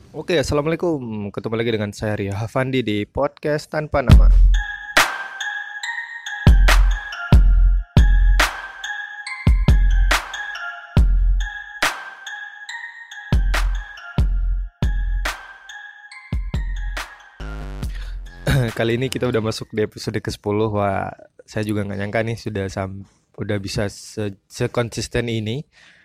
Oke, assalamualaikum. Ketemu lagi dengan saya Ria Hafandi di podcast tanpa nama. Kali ini kita udah masuk di episode ke-10. Wah, saya juga nggak nyangka nih udah bisa sekonsisten ini.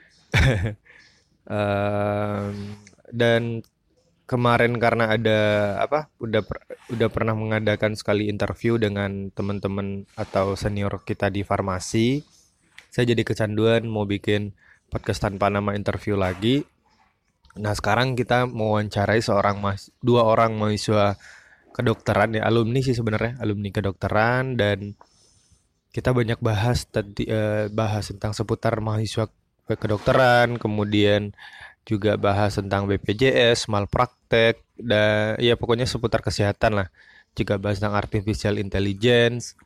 Dan kemarin karena ada apa? Udah pernah mengadakan sekali interview dengan teman-teman atau senior kita di farmasi. Saya jadi kecanduan mau bikin podcast tanpa nama interview lagi. Nah, sekarang kita mau wawancarai dua orang mahasiswa kedokteran ya, alumni sih sebenarnya, alumni kedokteran, dan kita banyak bahas tentang seputar mahasiswa kedokteran, kemudian juga bahas tentang BPJS, malpraktek, dan ya pokoknya seputar kesehatan lah. Juga bahas tentang artificial intelligence.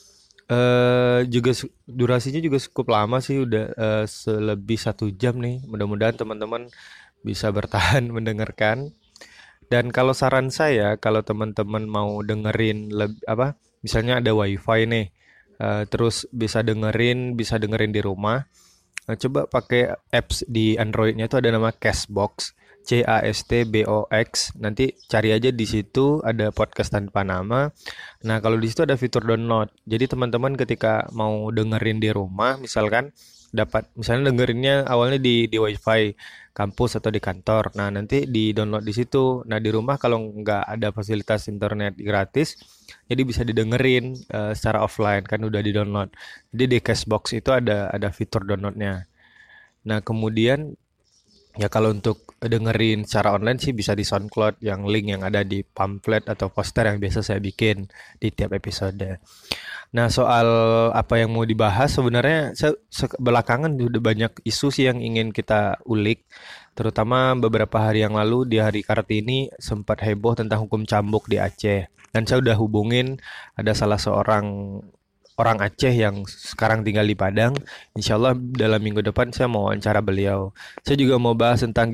Durasinya juga cukup lama sih, udah selebih 1 jam nih. Mudah-mudahan teman-teman bisa bertahan mendengarkan. Dan kalau saran saya, kalau teman-teman mau dengerin misalnya ada wifi nih, terus bisa dengerin di rumah. Coba pakai apps di Androidnya itu ada nama Castbox, Castbox. Nanti cari aja di situ ada podcast tanpa nama. Nah, kalau di situ ada fitur download. Jadi teman-teman ketika mau dengerin di rumah, misalkan misalnya dengerinnya awalnya di WiFi kampus atau di kantor. Nah, nanti di download di situ. Nah, di rumah kalau nggak ada fasilitas internet gratis, jadi bisa didengerin secara offline kan udah di download. Jadi di Cashbox itu ada fitur downloadnya. Nah, kemudian ya kalau untuk dengerin secara online sih bisa di SoundCloud, yang link yang ada di pamflet atau poster yang biasa saya bikin di tiap episode. Nah, soal apa yang mau dibahas sebenarnya belakangan udah banyak isu sih yang ingin kita ulik. Terutama beberapa hari yang lalu di hari Kartini sempat heboh tentang hukum cambuk di Aceh. Dan saya udah hubungin ada salah seorang orang Aceh yang sekarang tinggal di Padang. Insya Allah dalam minggu depan saya mau wawancara beliau. Saya juga mau bahas tentang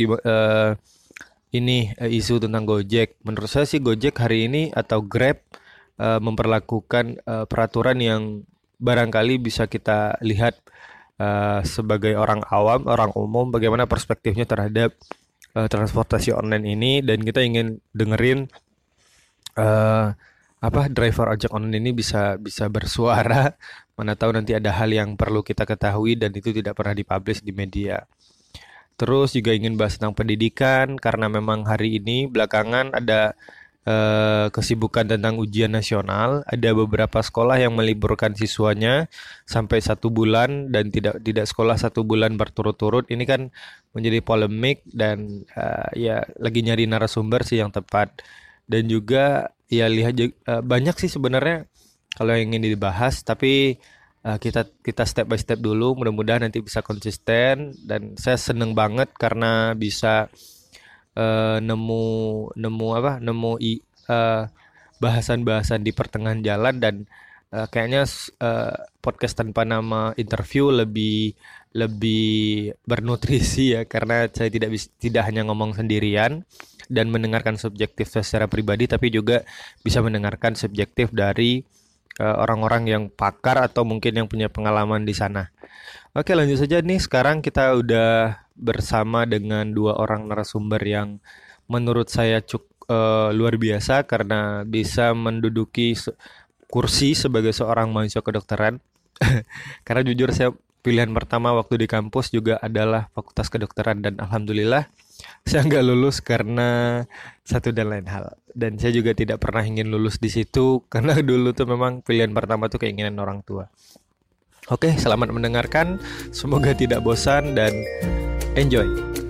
isu tentang Gojek. Menurut saya sih Gojek hari ini atau Grab memperlakukan peraturan yang barangkali bisa kita lihat sebagai orang awam, orang umum, bagaimana perspektifnya terhadap transportasi online ini, dan kita ingin dengerin eh, driver ojek online ini bisa bisa bersuara. Mana tahu nanti ada hal yang perlu kita ketahui dan itu tidak pernah dipublish di media. Terus juga ingin bahas tentang pendidikan karena memang hari ini belakangan ada kesibukan tentang ujian nasional. Ada beberapa sekolah yang meliburkan siswanya sampai 1 bulan dan tidak sekolah 1 bulan berturut-turut. Ini kan menjadi polemik dan ya lagi nyari narasumber sih yang tepat. Dan juga ya banyak sih sebenarnya kalau yang ingin dibahas, tapi kita kita step by step dulu. Mudah-mudahan nanti bisa konsisten, dan saya seneng banget karena bisa nemu nemu apa nemu eh, bahasan-bahasan di pertengahan jalan, dan kayaknya podcast tanpa nama interview lebih lebih bernutrisi ya, karena saya tidak hanya ngomong sendirian dan mendengarkan subjektif secara pribadi, tapi juga bisa mendengarkan subjektif dari orang-orang yang pakar atau mungkin yang punya pengalaman di sana. Oke, lanjut saja nih. Sekarang kita udah bersama dengan dua orang narasumber yang menurut saya cukup luar biasa karena bisa menduduki kursi sebagai seorang mahasiswa kedokteran. Karena jujur saya pilihan pertama waktu di kampus juga adalah Fakultas Kedokteran, dan alhamdulillah saya nggak lulus karena satu dan lain hal. Dan saya juga tidak pernah ingin lulus di situ karena dulu tuh memang pilihan pertama tuh keinginan orang tua. Oke, selamat mendengarkan. Semoga tidak bosan dan enjoy.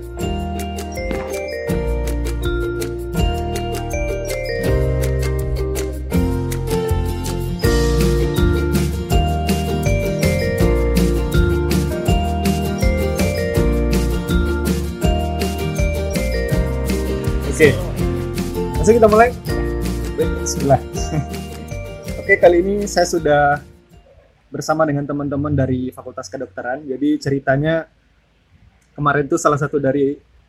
Oke, langsung kita mulai. Baik, bismillah. Oke, kali ini saya sudah bersama dengan teman-teman dari Fakultas Kedokteran. Jadi ceritanya kemarin tuh salah satu dari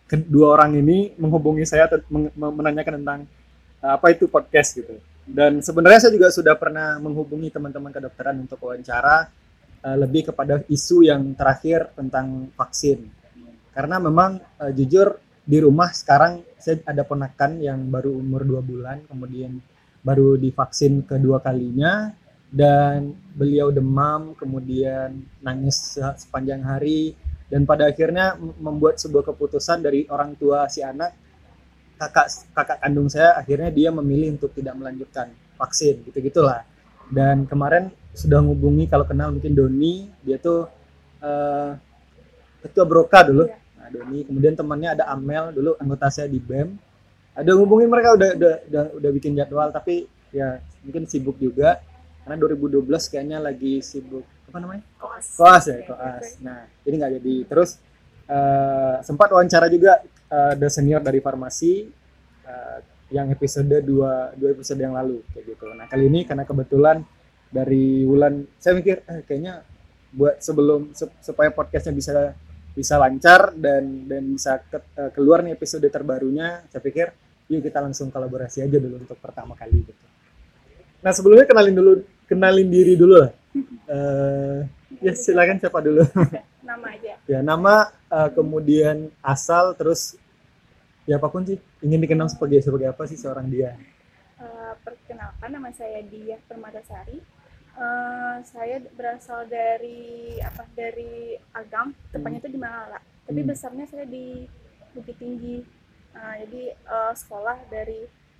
kedua orang ini menghubungi saya menanyakan tentang apa itu podcast gitu. Dan sebenarnya saya juga sudah pernah menghubungi teman-teman kedokteran untuk wawancara lebih kepada isu yang terakhir tentang vaksin. Karena memang jujur di rumah sekarang saya ada ponakan yang baru umur 2 bulan, kemudian baru divaksin kedua kalinya, dan beliau demam, kemudian nangis sepanjang hari, dan pada akhirnya membuat sebuah keputusan dari orang tua si anak, kakak kandung saya, akhirnya dia memilih untuk tidak melanjutkan vaksin, gitu-gitulah. Dan kemarin sudah ngubungi, kalau kenal mungkin Doni, dia tuh ketua Broka dulu. Nah, Doni, kemudian temannya ada Amel dulu, anggota saya di BEM. Ada ngubungin mereka, udah bikin jadwal, tapi ya mungkin sibuk juga karena 2012 kayaknya lagi sibuk apa namanya? Koas. Nah, jadi nggak jadi. Terus sempat wawancara juga the senior dari farmasi yang episode 2 episode yang lalu kayak gitu. Nah, kali ini karena kebetulan dari Wulan, saya mikir kayaknya buat supaya podcastnya bisa lancar dan bisa keluar nih episode terbarunya, saya pikir yuk kita langsung kolaborasi aja dulu untuk pertama kali gitu. Nah, sebelumnya kenalin diri dulu lah. Ya silakan, siapa dulu? Nama aja. Ya, nama, kemudian asal, terus ya apapun sih, ingin dikenal sebagai apa sih seorang Dia? Perkenalkan, nama saya Diah Permatasari. Saya berasal dari Agam, tepatnya itu di Malala. Tapi besarnya saya di Bukit Tinggi. Jadi sekolah dari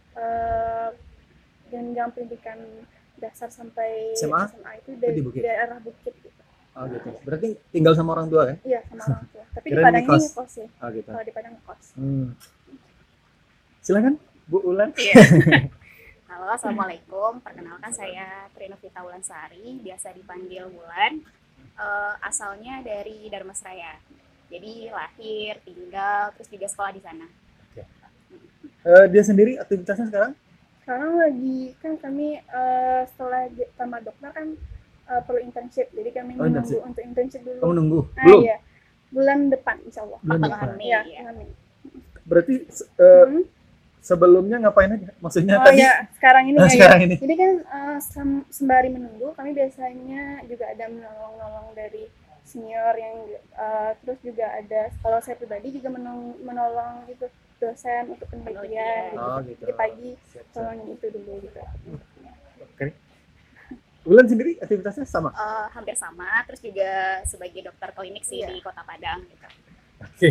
jenjang pendidikan dasar sampai SMA itu dari daerah Bukit gitu. Oh gitu. Berarti tinggal sama orang tua ya? Iya, sama orang tua. Tapi di Padang ini ngekos ya. Oh gitu. Kalau di Padang ngekos. Silakan Bu Ulan. Iya. Halo, assalamualaikum. Perkenalkan saya Trinovita Wulansari, biasa dipanggil Wulan. Asalnya dari Dharmasraya. Jadi lahir, tinggal, terus juga sekolah di sana. Dia sendiri aktivitasnya sekarang? Sekarang lagi kan kami setelah tamat dokter kan perlu internship, jadi kami menunggu untuk internship dulu. Kamu nunggu? Belum? Iya. Bulan depan insya Allah. Amin. Iya. Berarti sebelumnya ngapain aja? Maksudnya tadi? Ya, sekarang ini. Ini. Jadi kan sembari menunggu, kami biasanya juga ada menolong dari senior yang terus juga ada, kalau saya pribadi juga menolong gitu dosen untuk penelitian gitu. Jadi pagi tolongin itu dulu gitu. Oke. Bulan sendiri aktivitasnya sama? Hampir sama, terus juga sebagai dokter klinik sih di Kota Padang gitu. Oke.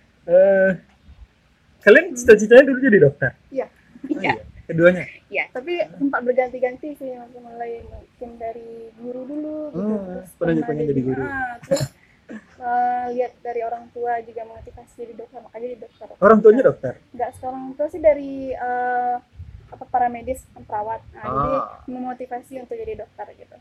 Kalian cita-citanya dulu jadi dokter? Iya. Iya. Keduanya? Iya. Tapi sempat berganti-ganti sih, mulai mungkin dari guru dulu gitu. Terus pengen jadi guru. Terus lihat dari orang tua juga motivasi jadi dokter, makanya jadi dokter. Orang tuanya dokter? Enggak, seorang tua sih dari paramedis, perawat. Jadi memotivasi untuk jadi dokter gitu.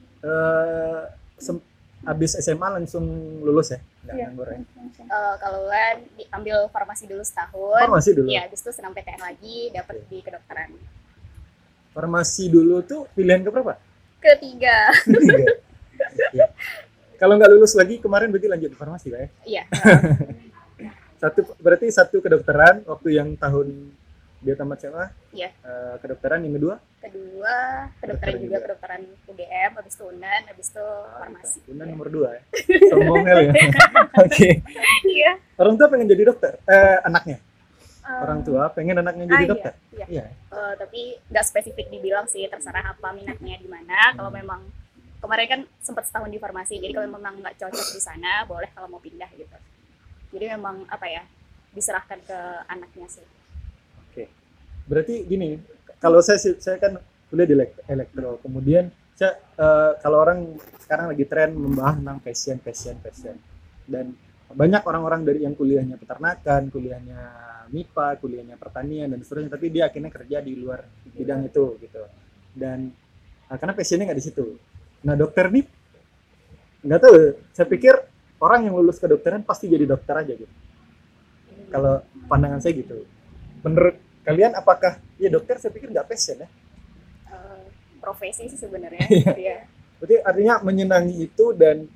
Habis SMA langsung lulus ya? Iya. Kalau Wulan diambil farmasi dulu setahun. Farmasi dulu? Iya, habis itu senam PTN lagi, dapat di kedokteran. Farmasi dulu tuh pilihan keberapa? Ketiga. Ya. Kalau nggak lulus lagi kemarin berarti lanjut di farmasi Pak ya? Iya. Berarti satu kedokteran waktu yang tahun dia tamat SMA. Iya. Kedokteran yang kedua? Kedokteran juga, kedokteran UGM, habis itu UNAN, habis itu farmasi. UNAN nomor 2 ya? Sombong ya? Oke. Iya. Orang tua pengen jadi dokter? Anaknya? Orang tua pengen anaknya jadi dokter? Iya. Tapi nggak spesifik dibilang sih, terserah apa minatnya di mana. Kalau memang kemarin kan sempat setahun di farmasi, jadi kalau memang nggak cocok di sana, boleh kalau mau pindah gitu. Jadi memang diserahkan ke anaknya sih. Oke. Berarti gini, kalau saya kan kuliah di elektro, kemudian saya kalau orang sekarang lagi tren membahas tentang passion, dan banyak orang-orang dari yang kuliahnya peternakan, kuliahnya MIPA, kuliahnya pertanian dan seterusnya, tapi dia akhirnya kerja di luar bidang itu gitu. Dan karena passionnya nggak di situ. Nah, dokter nih nggak tahu, saya pikir orang yang lulus kedokteran pasti jadi dokter aja gitu. Kalau pandangan saya gitu. Menurut kalian apakah ya dokter? Saya pikir nggak passion ya. Profesi sih sebenarnya. Iya. Berarti artinya menyenangi itu, dan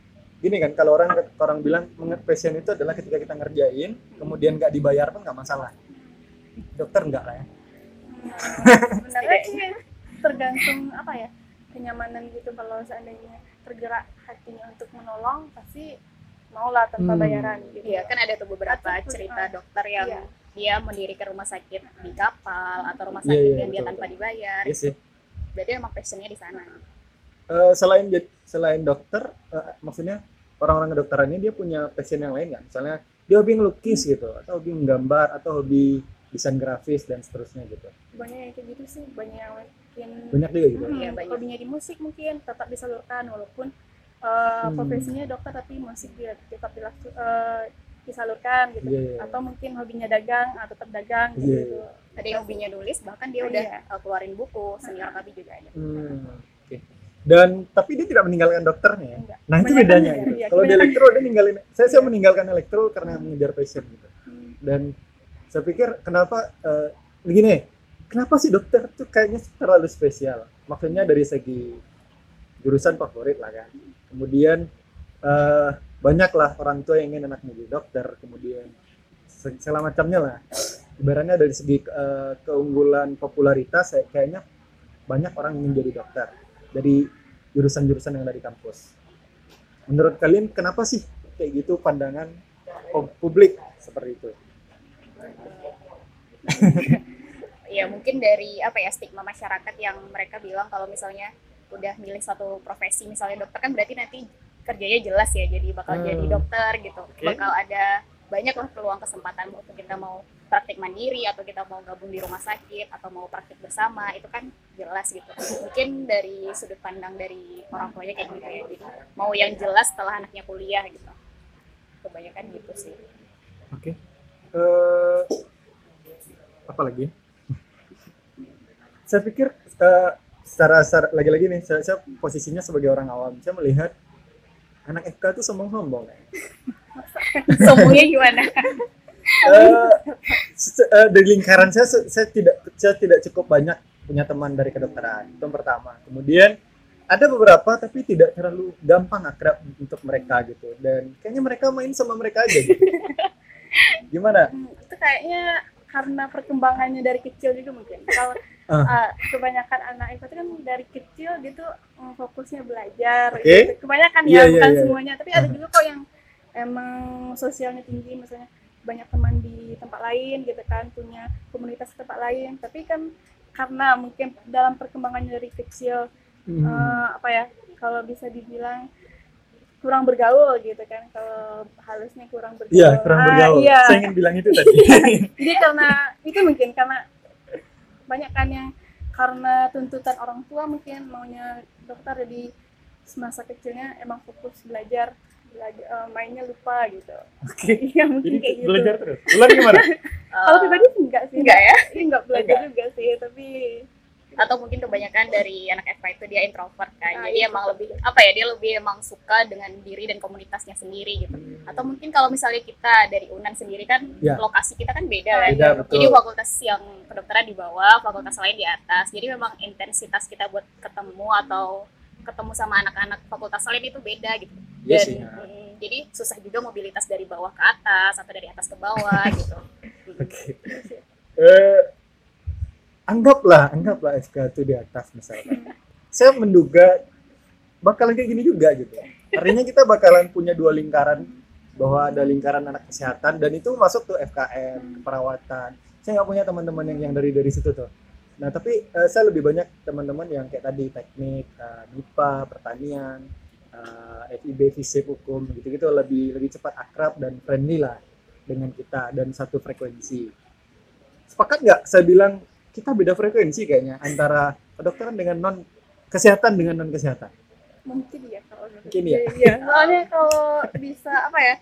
gini kan, kalau orang bilang passion itu adalah ketika kita ngerjain kemudian nggak dibayar pun nggak masalah. Dokter enggak lah ya. Sebenarnya sih tergantung apa ya, kenyamanan gitu. Kalau seandainya tergerak hatinya untuk menolong, pasti mau lah tanpa bayaran gitu. Iya, kan ada tuh beberapa Ataupun, cerita dokter yang iya. dia mendirikan rumah sakit di kapal atau rumah Iya, sakit iya, yang dia betul, tanpa dibayar. Iya sih. Berarti emang passionnya di sana. Selain dokter, maksudnya orang-orang kedokteran ini dia punya passion yang lain nggak? Misalnya dia hobi ngelukis gitu, atau hobi menggambar, atau hobi desain grafis dan seterusnya gitu. Banyak yang kayak gitu sih, banyak yang mungkin Banyak juga gitu. Iya, banyak. hobinya di musik mungkin tetap disalurkan walaupun profesinya dokter tapi musik dia tetap disalurkan gitu. Iya, iya. Atau mungkin hobinya dagang, tetap dagang gitu. Iya, iya. Ada yang hobinya nulis, bahkan dia Oh, udah iya. keluarin buku, senior kami juga ada. Oke. Dan tapi dia tidak meninggalkan dokternya ya. Enggak. Nah itu Kebanyakan bedanya. iya, Gitu. iya, Kalau di kebanyakan. elektro dia ninggalin. Saya meninggalkan elektro karena mengejar passion gitu. Dan saya pikir kenapa begini? Kenapa sih dokter tuh kayaknya terlalu spesial? Maksudnya dari segi jurusan favorit lah kan. Kemudian banyaklah orang tua yang ingin anaknya jadi dokter. Kemudian segala macamnya lah. Ibaratnya dari segi keunggulan popularitas, kayaknya banyak orang ingin jadi dokter dari jurusan-jurusan yang ada di kampus. Menurut kalian kenapa sih kayak gitu pandangan publik seperti itu? Ya mungkin dari apa ya, stigma masyarakat yang mereka bilang kalau misalnya udah milih satu profesi, misalnya dokter kan berarti nanti kerjanya jelas ya, jadi bakal jadi dokter gitu. Bakal ada banyak lah peluang kesempatan untuk kita mau praktik mandiri atau kita mau gabung di rumah sakit atau mau praktik bersama, itu kan jelas gitu. Mungkin dari sudut pandang dari orang tuanya kayak gitu ya, jadi mau yang jelas setelah anaknya kuliah gitu. Kebanyakan gitu sih. Oke. Apa lagi? Saya pikir secara lagi-lagi nih, saya posisinya sebagai orang awam, saya melihat anak FK itu sombong-sombong ya. Sombongnya gimana? Dari lingkaran saya tidak cukup banyak punya teman dari kedokteran, itu yang pertama. Kemudian ada beberapa tapi tidak terlalu gampang akrab untuk mereka gitu, dan kayaknya mereka main sama mereka aja gitu. Gimana? Itu kayaknya karena perkembangannya dari kecil juga mungkin. Kalau kebanyakan anak itu kan dari kecil gitu fokusnya belajar gitu. Kebanyakan ya, bukan semuanya, tapi ada juga kok yang emang sosialnya tinggi, misalnya banyak teman di tempat lain gitu kan, punya komunitas di tempat lain, tapi kan karena mungkin dalam perkembangannya dari kecil apa ya, kalau bisa dibilang kurang bergaul gitu kan, kalau halusnya kurang bergaul. Iya, kurang bergaul. Iya. Saya ingin bilang itu tadi. Jadi karena itu mungkin karena banyak kan yang karena tuntutan orang tua mungkin maunya dokter, jadi semasa kecilnya emang fokus belajar mainnya lupa gitu. Oke. Iya mungkin Jadi kayak gitu. belajar terus. Ulan gimana? Kalau pribadi sih enggak sih. Enggak ya? Ini enggak belajar juga sih, tapi Atau mungkin kebanyakan dari anak FK itu dia introvert kan, jadi iya. emang lebih apa ya, dia lebih emang suka dengan diri dan komunitasnya sendiri gitu. Atau mungkin kalau misalnya kita dari UNAN sendiri kan, Ya. lokasi kita kan beda kan, Beda, betul. jadi fakultas yang kedokteran di bawah, fakultas lain di atas, jadi memang intensitas kita buat ketemu atau ketemu sama anak-anak fakultas lain itu beda gitu. Iya Dan sih. jadi susah juga mobilitas dari bawah ke atas atau dari atas ke bawah gitu. Oke. Anggaplah FK itu di atas misalkan. Saya menduga bakalan kayak gini juga gitu. Artinya kita bakalan punya dua lingkaran, bahwa ada lingkaran anak kesehatan dan itu masuk tuh FKM, keperawatan. Saya nggak punya teman-teman yang dari situ tuh. Nah tapi saya lebih banyak teman-teman yang kayak tadi teknik, MIPA, pertanian, FIB, FISIP, hukum gitu-gitu, lebih cepat akrab dan friendly lah dengan kita dan satu frekuensi. Sepakat nggak saya bilang kita beda frekuensi kayaknya antara kedokteran dengan non kesehatan dengan non kesehatan? mungkin ya kalau Mungkin ya. Iya, soalnya kalau bisa apa ya?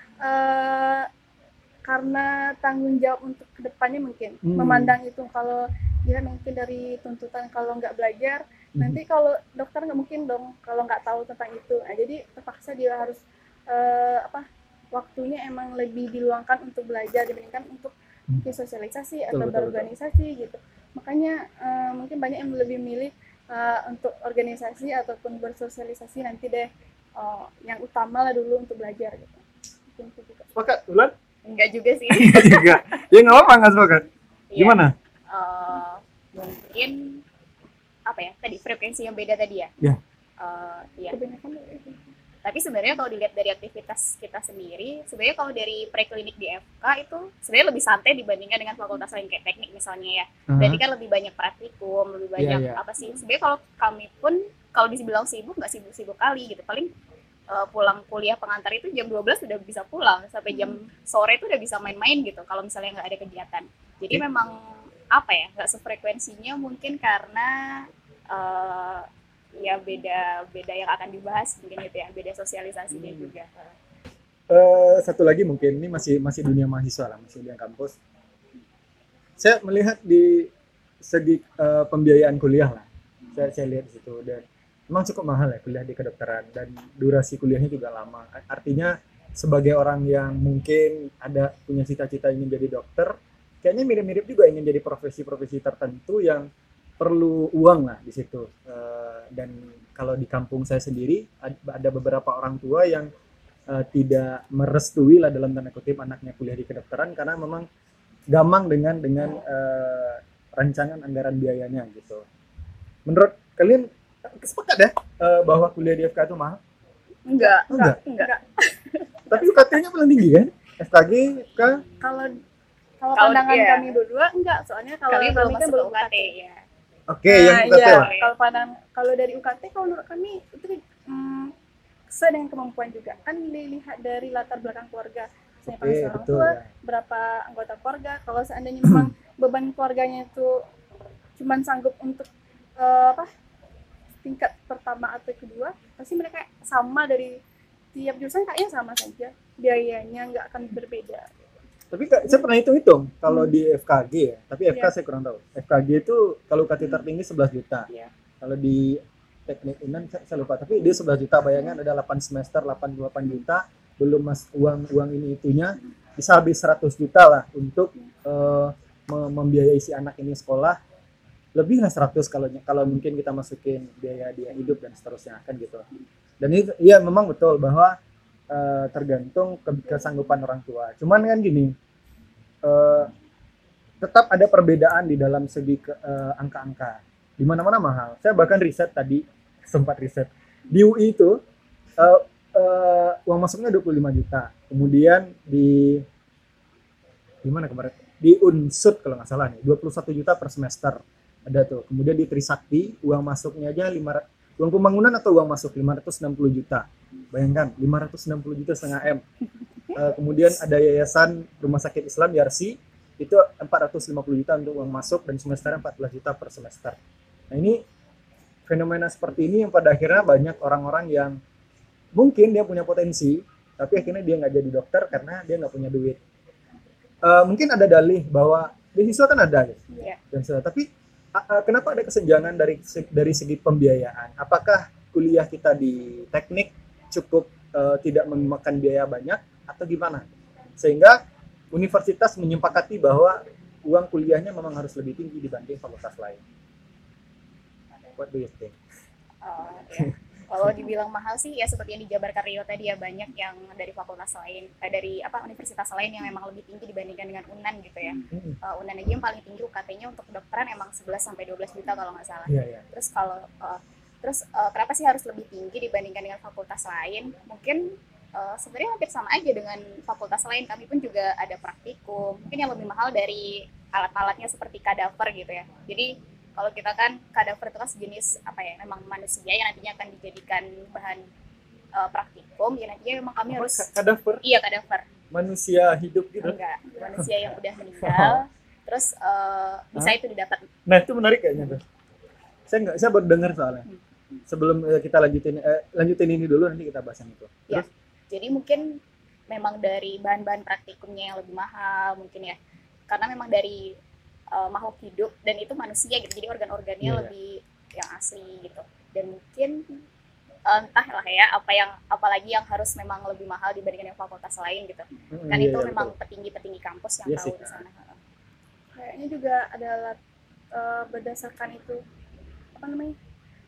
Karena tanggung jawab untuk kedepannya mungkin memandang itu, kalau dia mungkin dari tuntutan kalau nggak belajar nanti kalau dokter nggak mungkin dong kalau nggak tahu tentang itu. Nah, jadi terpaksa dia harus waktunya emang lebih diluangkan untuk belajar dibandingkan untuk sosialisasi atau berorganisasi gitu. Makanya mungkin banyak yang lebih milih untuk organisasi ataupun bersosialisasi nanti deh yang utama lah dulu untuk belajar gitu. Mungkin itu juga. Sepakat, Ulan? Enggak juga sih. Juga. Ya nggak apa-apa nggak sepakat. Iya. Gimana? Mungkin apa ya tadi frekuensi yang beda tadi ya. Ya. Iya. Kebanyakan itu. Tapi sebenarnya kalau dilihat dari aktivitas kita sendiri, sebenarnya kalau dari preklinik di FK itu sebenarnya lebih santai dibandingkan dengan fakultas lain kayak teknik misalnya ya. Berarti kan lebih banyak praktikum, lebih banyak Iya. apa sih? Sebenarnya kalau kami pun kalau dibilang sibuk nggak sibuk-sibuk kali gitu. Paling pulang kuliah pengantar itu jam 12 udah bisa pulang, sampai jam sore itu udah bisa main-main gitu kalau misalnya nggak ada kegiatan. Jadi memang apa ya, nggak sefrekuensinya mungkin karena ya beda yang akan dibahas mungkin gitu ya, beda sosialisasinya juga. Satu lagi mungkin ini masih dunia mahasiswa lah, masih dunia kampus. Saya melihat di segi pembiayaan kuliah lah, saya lihat di situ, dan memang cukup mahal ya kuliah di kedokteran, dan durasi kuliahnya juga lama. Artinya sebagai orang yang mungkin ada punya cita-cita ingin jadi dokter, kayaknya mirip-mirip juga ingin jadi profesi-profesi tertentu yang perlu uang lah di situ. Dan kalau di kampung saya sendiri ada beberapa orang tua yang tidak merestui lah dalam tanda kutip anaknya kuliah di kedokteran karena memang gamang dengan rancangan anggaran biayanya gitu. Menurut kalian sepakat ya bahwa kuliah di FK itu mahal? Enggak. Tapi UKT-nya paling tinggi kan? FKG, FK? Kalau Kalau pandangan dia- kami berdua enggak, soalnya kalau Kami belum kan masuk ke belum UKT ya. Oke, yang UKT iya. lah. Kalau dari UKT, kalau menurut kami itu sesuai dengan kemampuan juga. Kan dilihat dari latar belakang keluarga. Misalnya Oke, penghasilan orang betul, tua, ya. berapa anggota keluarga. Kalau seandainya memang beban keluarganya itu cuman sanggup untuk tingkat pertama atau kedua, pasti mereka sama dari tiap jurusan kayaknya sama saja. Biayanya nggak akan berbeda. Tapi saya pernah hitung-hitung kalau di FKG ya, tapi FK Iya. saya kurang tahu. FKG itu kalau UKT tertinggi 11 juta. Iya. Kalau di teknik Unan saya lupa, tapi dia 11 juta, bayangkan ada 8 semester 88 juta, belum uang ini itunya bisa habis 100 juta lah untuk membiayai si anak ini sekolah. Lebih lah 100 kalau mungkin kita masukin biaya dia hidup dan seterusnya kan gitu. Dan itu ya memang betul bahwa tergantung kesanggupan orang tua. Cuman kan gini, tetap ada perbedaan di dalam segi angka-angka. Di mana-mana mahal. Saya bahkan riset tadi, sempat riset. Di UI itu uang masuknya 25 juta. Kemudian di mana kemarin? Di Unsud kalau nggak salah nih, 21 juta per semester. Ada tuh. Kemudian di Trisakti uang masuknya aja uang pembangunan atau uang masuk 560 juta. Bayangkan 560 juta setengah M. Kemudian ada yayasan Rumah Sakit Islam Yarsi itu 450 juta untuk uang masuk dan semesternya 14 juta per semester. Nah ini fenomena seperti ini yang pada akhirnya banyak orang-orang yang mungkin dia punya potensi tapi akhirnya dia nggak jadi dokter karena dia nggak punya duit. Mungkin ada dalih bahwa beasiswa kan ada gitu. Iya. Dan tapi kenapa ada kesenjangan dari segi pembiayaan? Apakah kuliah kita di teknik cukup tidak memakan biaya banyak atau gimana? Sehingga universitas menyepakati bahwa uang kuliahnya memang harus lebih tinggi dibanding fakultas lain. What do you think? Ya. Kalau dibilang mahal sih ya seperti yang dijabarkan Rio tadi ya, banyak yang dari fakultas lain, dari universitas lain yang memang lebih tinggi dibandingkan dengan UNAN gitu ya. UNAN aja yang paling tinggi UKT-nya untuk kedokteran emang 11 sampai 12 juta kalau nggak salah. Iya. Terus kenapa sih harus lebih tinggi dibandingkan dengan fakultas lain? Mungkin sebenarnya hampir sama aja dengan fakultas lain. Kami pun juga ada praktikum. Mungkin yang lebih mahal dari alat-alatnya seperti kadaver gitu ya. Jadi kalau kita kan kadaver itu kan sejenis memang manusia yang nantinya akan dijadikan bahan praktikum. Ya nantinya memang kami harus Kadaver? Iya, kadaver. Manusia hidup gitu? Enggak, manusia yang udah meninggal. Terus bisa itu didapat. Nah itu menarik kayaknya tuh. Saya baru dengar soalnya. Sebelum kita lanjutin ini dulu, nanti kita bahas yang itu. Ya, jadi mungkin memang dari bahan-bahan praktikumnya yang lebih mahal mungkin ya, karena memang dari makhluk hidup dan itu manusia gitu, jadi organ-organnya lebih yang asli gitu. Dan mungkin entahlah ya apalagi yang harus memang lebih mahal dibandingkan yang fakultas lain gitu. Kan itu memang petinggi-petinggi kampus yang tahu di sana. Kayaknya juga adalah berdasarkan itu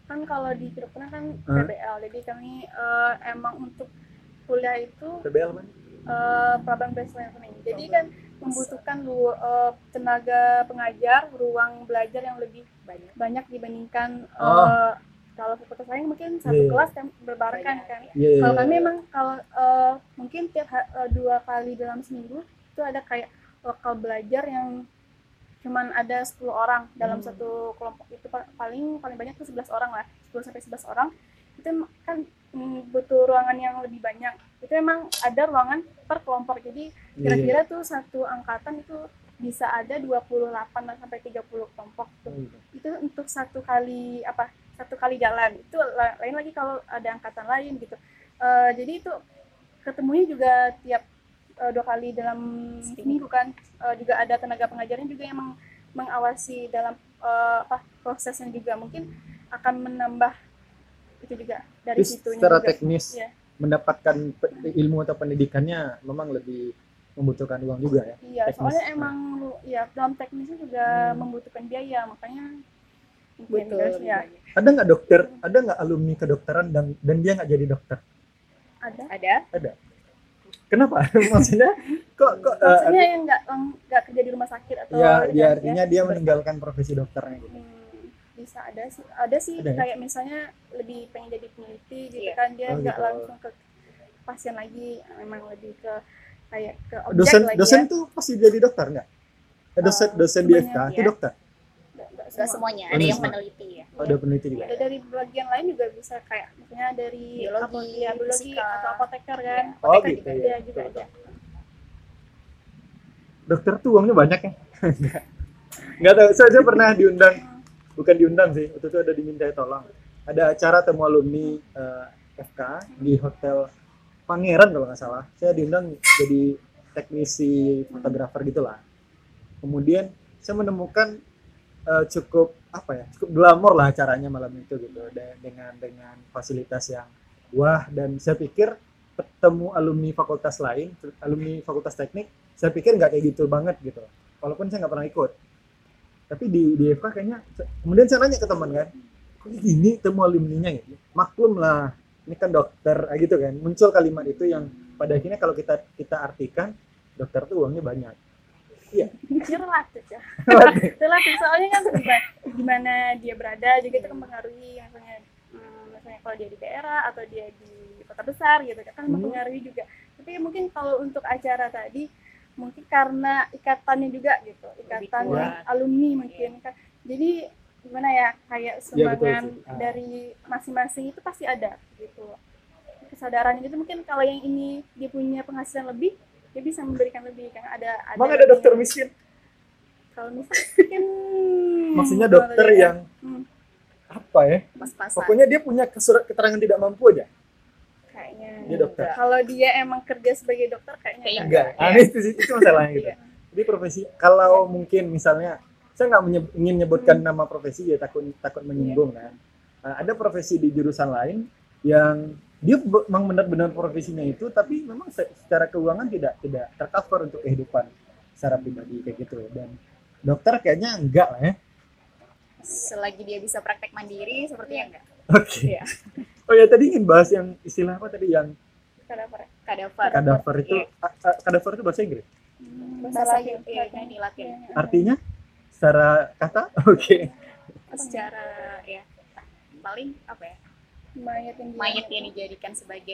kan kalau di kedokteran kan PBL, jadi kami emang untuk kuliah itu PBL kan? problem based learning. Jadi kan membutuhkan tenaga pengajar, ruang belajar yang lebih banyak dibandingkan kalau fakultas lain mungkin satu kelas kan berbarengan kan. Kalau kami emang kalau mungkin tiap 2 kali dalam seminggu itu ada kayak lokal belajar yang cuman ada 10 orang dalam satu kelompok, itu paling banyak tuh 11 orang lah, 10 sampai 11 orang. Itu kan butuh ruangan yang lebih banyak. Itu emang ada ruangan per kelompok. Jadi kira-kira tuh satu angkatan itu bisa ada 28 sampai 30 kelompok tuh. Itu untuk satu kali jalan. Itu lain lagi kalau ada angkatan lain gitu. Jadi itu ketemunya juga tiap 2 kali dalam seminggu kan. Juga ada tenaga pengajarnya juga yang mengawasi dalam prosesnya juga, mungkin akan menambah itu juga dari situ. Secara teknis mendapatkan ilmu atau pendidikannya memang lebih membutuhkan uang juga ya. Iya, teknis. Soalnya emang dalam teknisnya juga membutuhkan biaya, makanya betul ya. Ada nggak alumni kedokteran dan dia nggak jadi dokter? Ada. Kenapa? Maksudnya kok maksudnya yang nggak kerja di rumah sakit atau ya artinya dia meninggalkan profesi dokternya gitu. Bisa ada sih kayak misalnya lebih pengen jadi peneliti gitu kan, dia nggak langsung ke pasien lagi, memang lebih ke kayak ke objek dosen tuh pasti jadi dokter nggak? Dosen di FK itu dokter? Nggak semuanya, ada yang peneliti ya. Ada peneliti juga. Ada dari bagian lain juga bisa, kayak misalnya dari biologi atau apoteker kan. Apoteker gitu ya juga ada. Dokter tuh uangnya banyak ya? Nggak tahu, saya pernah diundang, bukan diundang sih, waktu itu ada diminta tolong. Ada acara temu alumni FK di Hotel Pangeran kalau nggak salah. Saya diundang jadi teknisi fotografer gitulah. Kemudian saya menemukan cukup glamor lah acaranya malam itu gitu, dengan fasilitas yang wah, dan saya pikir ketemu alumni fakultas lain, alumni fakultas teknik, saya pikir nggak kayak gitu banget gitu, walaupun saya nggak pernah ikut. Tapi di FK kayaknya, kemudian saya nanya ke teman kan, kok gini temu alumninya gitu. Maklum lah, ini kan dokter gitu kan, muncul kalimat itu yang pada akhirnya kalau kita artikan, dokter tuh uangnya banyak. Iya. Relatif ya. Relatif, soalnya kan gimana dia berada juga itu mempengaruhi, misalnya kalau dia di daerah atau dia di kota besar gitu kan mempengaruhi juga. Tapi mungkin kalau untuk acara tadi mungkin karena ikatannya juga gitu, ikatan alumni mungkin kan. Jadi gimana ya, kayak sumbangan dari masing-masing itu pasti ada gitu. Kesadarannya gitu, mungkin kalau yang ini dia punya penghasilan lebih, dia bisa memberikan lebih kan. Emang ada dokter miskin? Kalau misalkan maksudnya dokter yang apa ya? Pokoknya dia punya surat keterangan tidak mampu aja. Kayaknya. Dia dokter. Kalau dia emang kerja sebagai dokter kayaknya enggak. Itu masalahnya gitu. Jadi profesi, kalau mungkin misalnya saya nggak ingin menyebutkan nama profesi ya, takut menyinggung kan. Ada profesi di jurusan lain yang dia memang benar-benar profesinya itu, tapi memang secara keuangan tidak tercover untuk kehidupan secara pribadi kayak gitu. Dan dokter kayaknya enggak lah ya. Selagi dia bisa praktek mandiri sepertinya enggak. Oke. Oh ya, tadi ingin bahas yang istilah apa tadi yang kadaver itu. Kadaver itu bahasa Inggris? Bahasa Latin. Artinya secara kata? Oke. Secara ya paling apa ya? Mayat yang dijadikan sebagai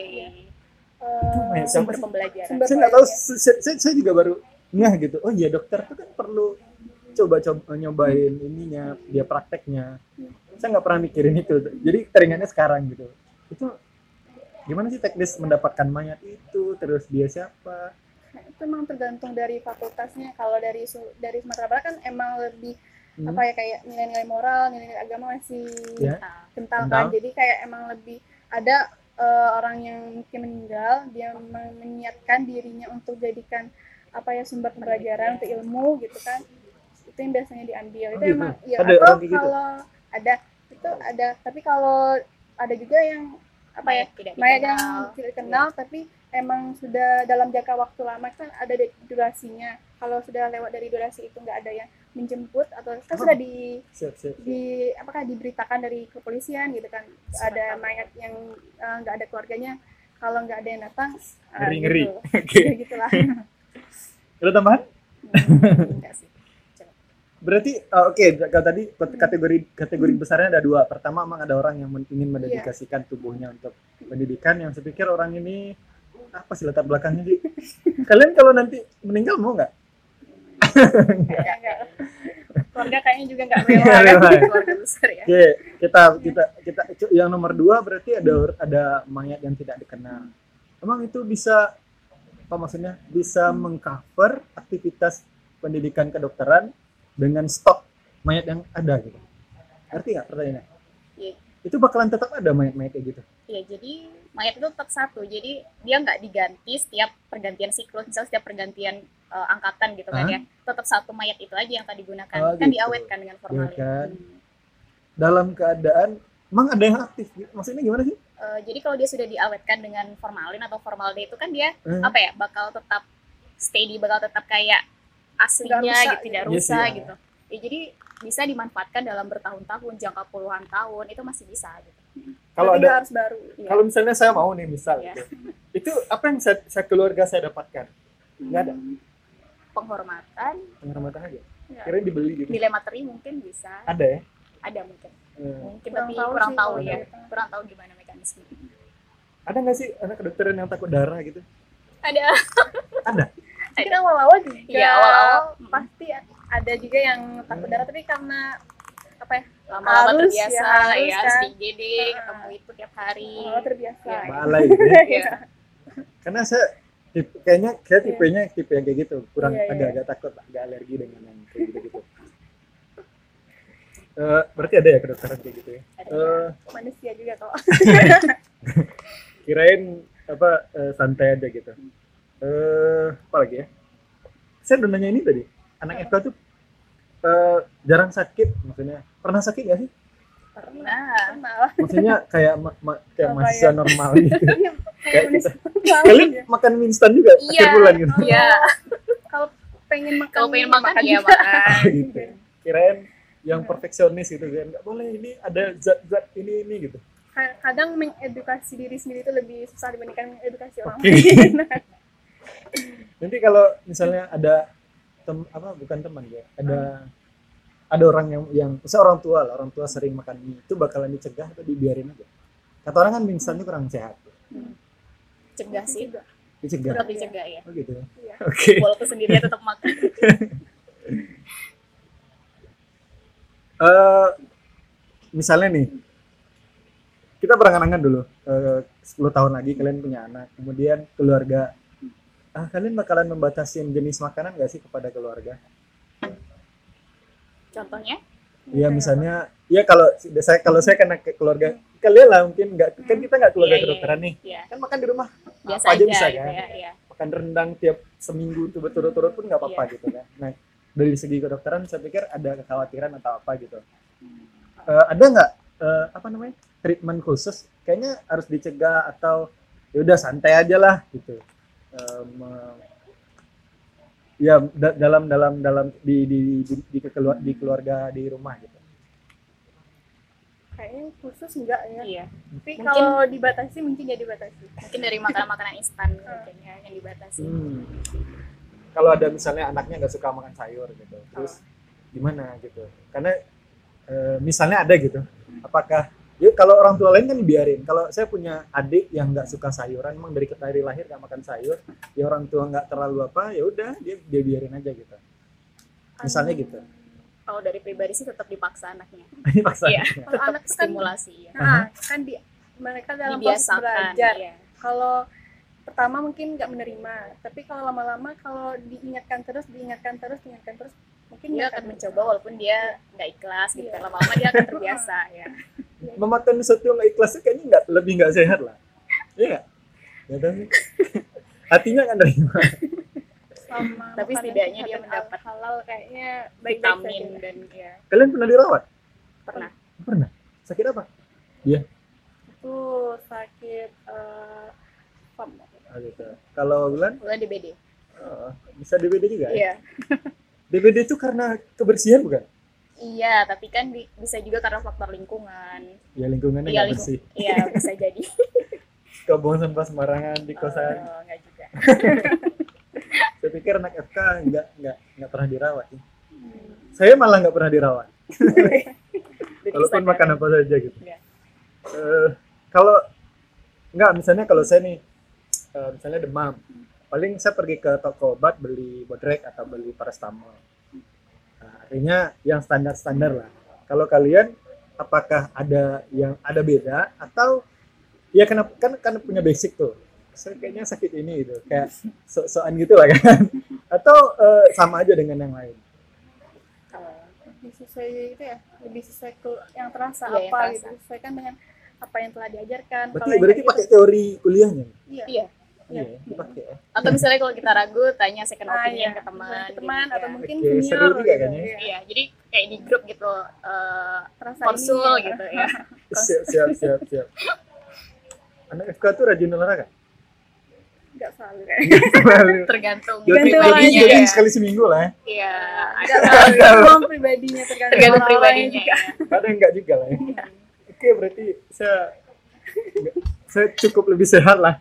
sumber pembelajaran. Saya nggak tahu, saya juga baru ngeh gitu. Oh iya, dokter itu kan perlu coba nyobain ininya, dia prakteknya. Saya nggak pernah mikirin itu. Jadi teringatnya sekarang gitu. Itu gimana sih teknis mendapatkan mayat itu? Terus dia siapa? Itu memang tergantung dari fakultasnya. Kalau dari Sumatera Barat kan emang lebih kayak nilai-nilai moral, nilai-nilai agama masih kental kan. Jadi kayak emang lebih ada orang yang mungkin meninggal, dia menyiapkan dirinya untuk jadikan sumber pembelajaran untuk ilmu gitu kan. Itu yang biasanya diambil. Itu emang ya, atau kalau gitu? Itu ada, tapi kalau ada juga yang mayat yang tidak dikenal tapi emang sudah dalam jangka waktu lama kan ada durasinya. Kalau sudah lewat dari durasi itu nggak ada yang menjemput atau kan sudah Siap. apakah diberitakan dari kepolisian gitu kan ada mayat yang nggak ada keluarganya, kalau nggak ada yang datang Ngeri-ngeri. gitu. Oke. Ya gitulah. Ada tambahan? Enggak sih. Berarti oke, kalau tadi kategori besarnya ada dua. Pertama, memang ada orang yang ingin mendedikasikan tubuhnya untuk pendidikan, yang saya pikir orang ini apa sih latar belakangnya sih? Kalian kalau nanti meninggal mau nggak? Enggak. Keluarga kayaknya juga nggak rela Nggak kan, rela. keluarga besar ya. Oke, kita yang nomor 2 berarti ada mayat yang tidak dikenal. Emang itu bisa apa maksudnya? Bisa mengcover aktivitas pendidikan kedokteran dengan stok mayat yang ada gitu. Ngerti nggak pertanyaannya? Iya. Itu bakalan tetap ada mayat-mayat kayak gitu. Ya, jadi mayat itu tetap satu. Jadi dia nggak diganti setiap pergantian siklus, misalnya setiap pergantian angkatan gitu kan ya. Tetap satu mayat itu aja yang tadi digunakan. Oh, Kan gitu. diawetkan dengan formalin. Iya kan? Dalam keadaan emang ada yang aktif gitu? Maksudnya gimana sih? Jadi kalau dia sudah diawetkan dengan formalin atau formaldehyde itu kan dia apa ya, bakal tetap steady, bakal tetap kayak aslinya Nggak rusak gitu, tidak gitu. rusak Iya sih, ya. gitu. Ya, jadi bisa dimanfaatkan dalam bertahun-tahun, jangka puluhan tahun, itu masih bisa gitu. Kalau Berarti ada nggak harus baru. Iya. kalau misalnya saya mau nih misal Iya. gitu. Itu apa yang saya keluarga saya dapatkan? Nggak ada. Penghormatan, Penghormatan aja. Ya. Kirain dibeli gitu. nilai materi mungkin bisa, Ada ya? ada mungkin. Mungkin Kurang tapi tahu kurang sih tahu kalau ya. dari tengah. Kurang tahu gimana mekanisme. Ada nggak sih anak kedokteran yang takut darah gitu? Ada. Mungkin awal-awal juga Iya, awal-awal pasti ada juga yang takut darah, tapi karena apa ya, Lama-lama Harus, terbiasa ya, harus ya, kan. di IGD, ketemu itu tiap hari. terbiasa. Iya. Balai gitu ya. Iya. Karena saya kayaknya tipenya tipe yang kayak gitu, kurang Iya, iya. agak takut, agak alergi dengan yang kayak gitu. Berarti ada ya kedokteran kayak gitu ya. Ada. Manusia juga kok. Kirain apa santai aja gitu. Apa lagi ya? Saya udah nanya ini tadi. Anak FK tuh jarang sakit, maksudnya pernah sakit nggak sih? Pernah. Malah Maksudnya kayak kayak Apa mahasiswa ya? normal gitu. Kayak kita. Kalian Kalian makan mie instan juga Iya. akhir bulan gitu. Iya. kalau pengen makan Kalau pengen makan ya juga. makan. Oh, gitu. Kirain yang perfeksionis gitu kan, nggak boleh ini ada zat-zat ini gitu. Kadang mengedukasi diri sendiri itu lebih susah dibandingkan mengedukasi orang Oke. lain. Nanti kalau misalnya ada bukan teman ya, ada orang yang misalnya orang tua sering makan mie, itu bakalan dicegah atau dibiarin aja? Kata orang kan mie instan itu kurang sehat, Cegah sih. dicegah. Tetap dicegah ya. Oh gitu ya. Iya. Oke. Walaupun sendirian tetap makan. Misalnya nih, kita berangan-angan dulu, 10 tahun lagi kalian punya anak, kemudian keluarga, kalian bakalan membatasi jenis makanan nggak sih kepada keluarga? Contohnya? Ya misalnya, ya kalau saya kena ke keluarga kalian lah mungkin nggak, kan kita nggak keluarga Iya, iya, kedokteran nih, Iya. kan makan di rumah Biasa apa aja aja bisa gitu kan, ya. Iya. makan rendang tiap seminggu itu berturut-turut pun nggak apa-apa gitu kan. Nah dari segi kedokteran saya pikir ada kekhawatiran atau apa gitu. Ada nggak apa namanya treatment khusus? Kayaknya harus dicegah atau ya udah santai aja lah gitu. Ya dalam di keluarga di rumah gitu. Kayaknya khusus enggak ya. Iya. Tapi Mungkin- kalau dibatasi mungkin ya dibatasi. Mungkin dari makanan-makanan instan mungkin ya yang dibatasi. Kalau ada misalnya anaknya nggak suka makan sayur gitu, terus gimana gitu? Karena misalnya ada gitu, apakah ya kalau orang tua lain kan dibiarin. Kalau saya punya adik yang nggak suka sayuran, emang dari lahir nggak makan sayur, ya orang tua nggak terlalu apa, ya udah dia biarin aja gitu. Misalnya gitu. Kalau dari pribadi sih tetap dipaksa anaknya. Ini paksa. Iya. Kalau Tetap anak itu kan stimulasi ya. kan mereka dalam proses Dibiasakan. belajar. Iya. Kalau pertama mungkin nggak menerima, tapi kalau lama-lama kalau diingatkan terus mungkin Dia akan mencoba walaupun dia nggak ikhlas gitu. Iya. Lama-lama dia akan terbiasa ya. Memakan sesuatu yang nggak ikhlas kayaknya lebih nggak sehat lah. Iya nggak? Nggak tahu sih. Hatinya kan nerima. sama Tapi makanan setidaknya sehat dia dan mendapat halal kayaknya baik-baik Vitamin saja. dan ya Kalian pernah dirawat? pernah. Pernah. Sakit apa? Itu sakit Gitu. Kalau bulan Mulai di BD. bisa DBD juga ya? Iya. DBD itu karena kebersihan bukan? Iya, tapi kan bisa juga karena faktor lingkungan. Ya lingkungannya Iya, nggak bersih. Iya, bisa jadi. Suka buang sampah sembarangan di kosan. Enggak juga. Saya pikir anak FK nggak pernah dirawat. Saya malah nggak pernah dirawat. Walaupun makan apa saja gitu. Iya. Kalau nggak, misalnya kalau saya nih, misalnya demam, paling saya pergi ke toko obat beli Bodrek atau beli paracetamol. Nah, artinya yang standar-standar lah. Kalau kalian, apakah ada yang ada beda atau ya kenapa kan punya basic tuh? Saya kayaknya sakit ini gitu, kayak so-soan gitu lah kan? Atau sama aja dengan yang lain? Lebih sesuai itu ya, lebih sesuai ke yang terasa Iya, yang apa terasa. gitu, sesuaikan dengan apa yang telah diajarkan. Kalau Berarti yang berarti kayak pakai teori kuliahnya? Iya. Iya. Iya, dipakai ya. Atau misalnya kalau kita ragu, tanya second opinion iya. ke teman. Ke teman gitu, atau ya. mungkin Oke, senior seru juga gitu. kan ya? Iya, jadi kayak di grup gitu, Terasa konsul ini, gitu ya. Siap. Anak FK tuh rajin olahraga? Enggak selalu kayak. Tergantung Jadi pribadinya jadi ya. sekali seminggu lah ya. Iya, Enggak selalu. Semua pribadinya tergantung tergantung orang lain pribadinya. juga. Ya. Ada yang enggak juga lah ya. Oke, berarti saya cukup lebih sehat lah.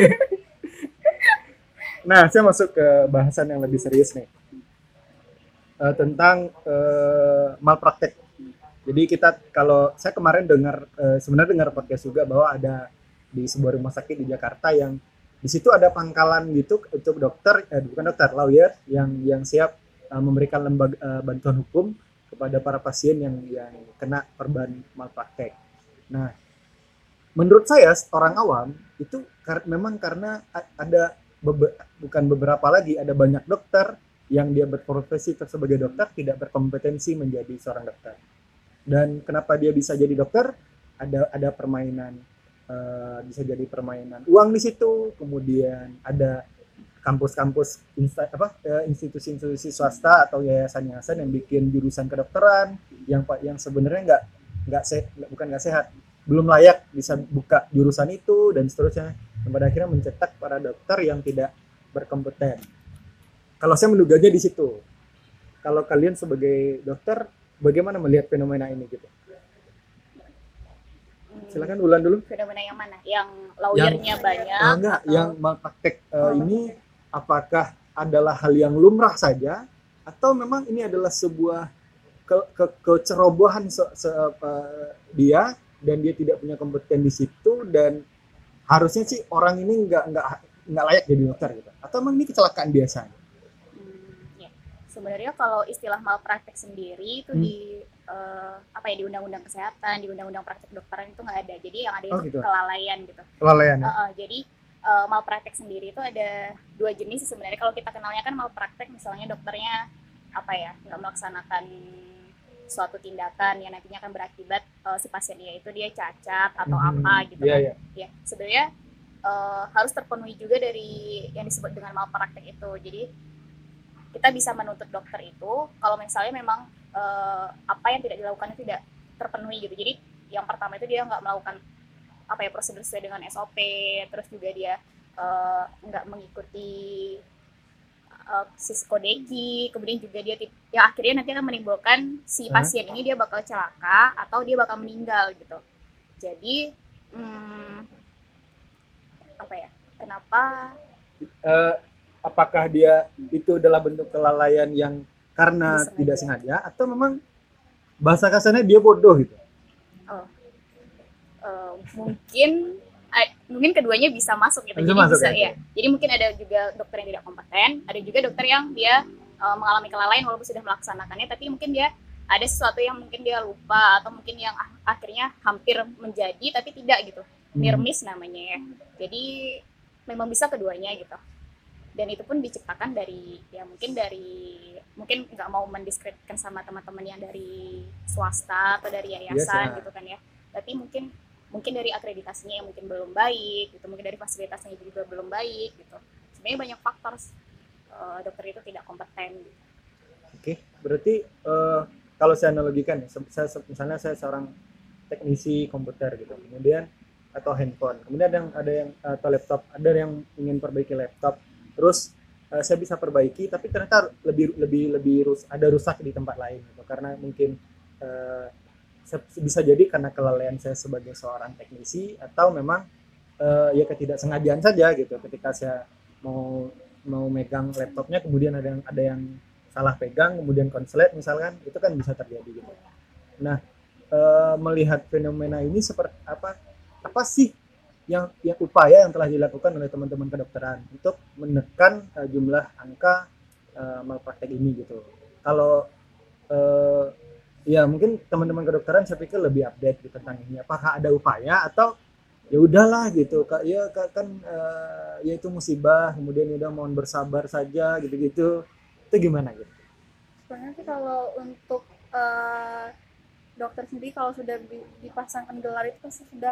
Nah, saya masuk ke bahasan yang lebih serius nih. Tentang malpraktek. Jadi kalau saya kemarin sebenarnya dengar podcast juga bahwa ada di sebuah rumah sakit di Jakarta yang di situ ada pangkalan gitu untuk bukan dokter, lawyer yang siap memberikan bantuan hukum kepada para pasien yang kena korban malpraktek. Nah, menurut saya orang awam itu memang karena ada bukan beberapa lagi, ada banyak dokter yang dia berprofesi sebagai dokter tidak berkompetensi menjadi seorang dokter. Dan kenapa dia bisa jadi dokter? Ada permainan, bisa jadi permainan uang di situ. Kemudian ada kampus-kampus institusi-institusi swasta atau yayasan-yayasan yang bikin jurusan kedokteran yang sebenarnya bukan nggak sehat, belum layak bisa buka jurusan itu dan seterusnya. Dan pada akhirnya mencetak para dokter yang tidak berkompeten. Kalau saya menduganya di situ. Kalau kalian sebagai dokter, bagaimana melihat fenomena ini gitu? Silakan Ulan dulu. Fenomena yang mana? Yang lawyernya banyak? Enggak, atau- yang malpraktek ini apakah adalah hal yang lumrah saja atau memang ini adalah sebuah kecerobohan dia dan dia tidak punya kompeten di situ dan harusnya sih orang ini nggak layak jadi dokter gitu. Atau memang ini kecelakaan biasa? Ya. Sebenarnya kalau istilah malpraktek sendiri itu di di Undang-Undang Kesehatan, di Undang-Undang Praktek Kedokteran itu nggak ada. Jadi yang ada itu gitu. kelalaian gitu. Kelalaian ya? Jadi malpraktek sendiri itu ada dua jenis sih sebenarnya. Kalau kita kenalnya kan malpraktek misalnya dokternya nggak melaksanakan suatu tindakan yang nantinya akan berakibat si pasiennya itu dia cacat atau apa gitu kan. Ya, sebenarnya harus terpenuhi juga dari yang disebut dengan malpraktek itu. Jadi kita bisa menuntut dokter itu kalau misalnya memang apa yang tidak dilakukan itu tidak terpenuhi gitu. Jadi yang pertama itu dia nggak melakukan prosedur sesuai dengan SOP, terus juga dia nggak mengikuti Siskodegi, kemudian juga dia yang akhirnya nanti akan menimbulkan si pasien ini dia bakal celaka atau dia bakal meninggal gitu. Jadi kenapa? Apakah dia itu adalah bentuk kelalaian yang karena tidak sengaja atau memang bahasa kasarnya dia bodoh gitu? Mungkin keduanya bisa masuk gitu. Bisa ya. Jadi mungkin ada juga dokter yang tidak kompeten, ada juga dokter yang dia mengalami kelalaian walaupun sudah melaksanakannya, tapi mungkin dia ada sesuatu yang mungkin dia lupa atau mungkin yang akhirnya hampir menjadi tapi tidak gitu. Near miss namanya ya. Jadi memang bisa keduanya gitu. Dan itu pun diciptakan dari mungkin nggak mau mendiskreditkan sama teman-teman yang dari swasta atau dari yayasan gitu kan ya. Tapi mungkin dari akreditasinya yang mungkin belum baik gitu, mungkin dari fasilitasnya juga belum baik gitu. Sebenarnya banyak faktor dokter itu tidak kompeten gitu. Oke, berarti kalau saya analogikan ya, misalnya saya seorang teknisi komputer gitu, kemudian atau handphone, kemudian ada yang atau laptop, ada yang ingin perbaiki laptop, terus saya bisa perbaiki, tapi ternyata ada rusak di tempat lain gitu. Karena mungkin eh, bisa jadi karena kelalaian saya sebagai seorang teknisi, atau memang ya ketidaksengajaan saja gitu. Ketika saya mau megang laptopnya, kemudian ada yang salah pegang, kemudian konslet misalkan, itu kan bisa terjadi gitu. Nah, melihat fenomena ini seperti apa sih yang upaya yang telah dilakukan oleh teman-teman kedokteran untuk menekan jumlah angka malpraktek ini gitu. Kalau ya mungkin teman-teman kedokteran saya pikir lebih update gitu tentang ini. Apakah ada upaya, atau ya udahlah gitu, ya kan ya itu musibah, kemudian udah mohon bersabar saja gitu-gitu. Itu gimana gitu? Sebenarnya sih kalau untuk dokter sendiri, kalau sudah dipasangkan gelar itu pasti sudah